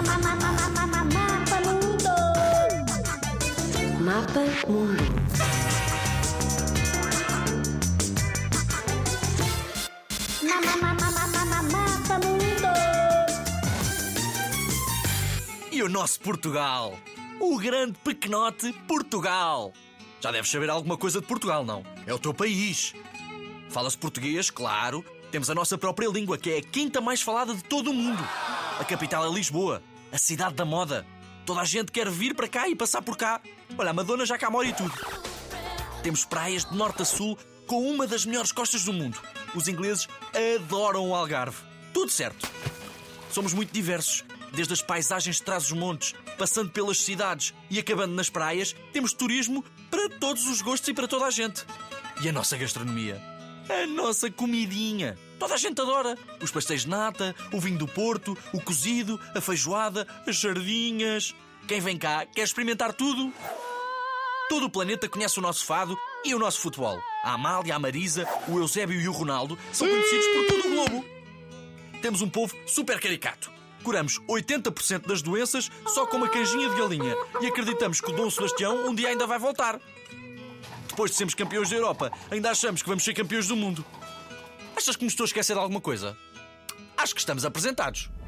Mapa Mundo. Mapa Mundo. Mapa Mundo. E o nosso Portugal, o grande pequenote Portugal. Já deves saber alguma coisa de Portugal, não? É o teu país. Fala-se português, claro. Temos a nossa própria língua, que é a quinta mais falada de todo o mundo. A capital é Lisboa, a cidade da moda. Toda a gente quer vir para cá e passar por cá. Olha, a Madonna já cá mora e tudo. Temos praias de norte a sul com uma das melhores costas do mundo. Os ingleses adoram o Algarve. Tudo certo. Somos muito diversos. Desde as paisagens de trás-os-montes, passando pelas cidades e acabando nas praias, temos turismo para todos os gostos e para toda a gente. E a nossa gastronomia? A nossa comidinha. Toda a gente adora. Os pastéis de nata, o vinho do Porto, o cozido, a feijoada, as sardinhas. Quem vem cá quer experimentar tudo. Todo o planeta conhece o nosso fado e o nosso futebol. A Amália, a Marisa, o Eusébio e o Ronaldo são conhecidos por todo o globo. Temos um povo super caricato. Curamos 80% das doenças só com uma canjinha de galinha e acreditamos que o Dom Sebastião um dia ainda vai voltar. Depois de sermos campeões da Europa, ainda achamos que vamos ser campeões do mundo. Achas que me estou a esquecer de alguma coisa? Acho que estamos apresentados.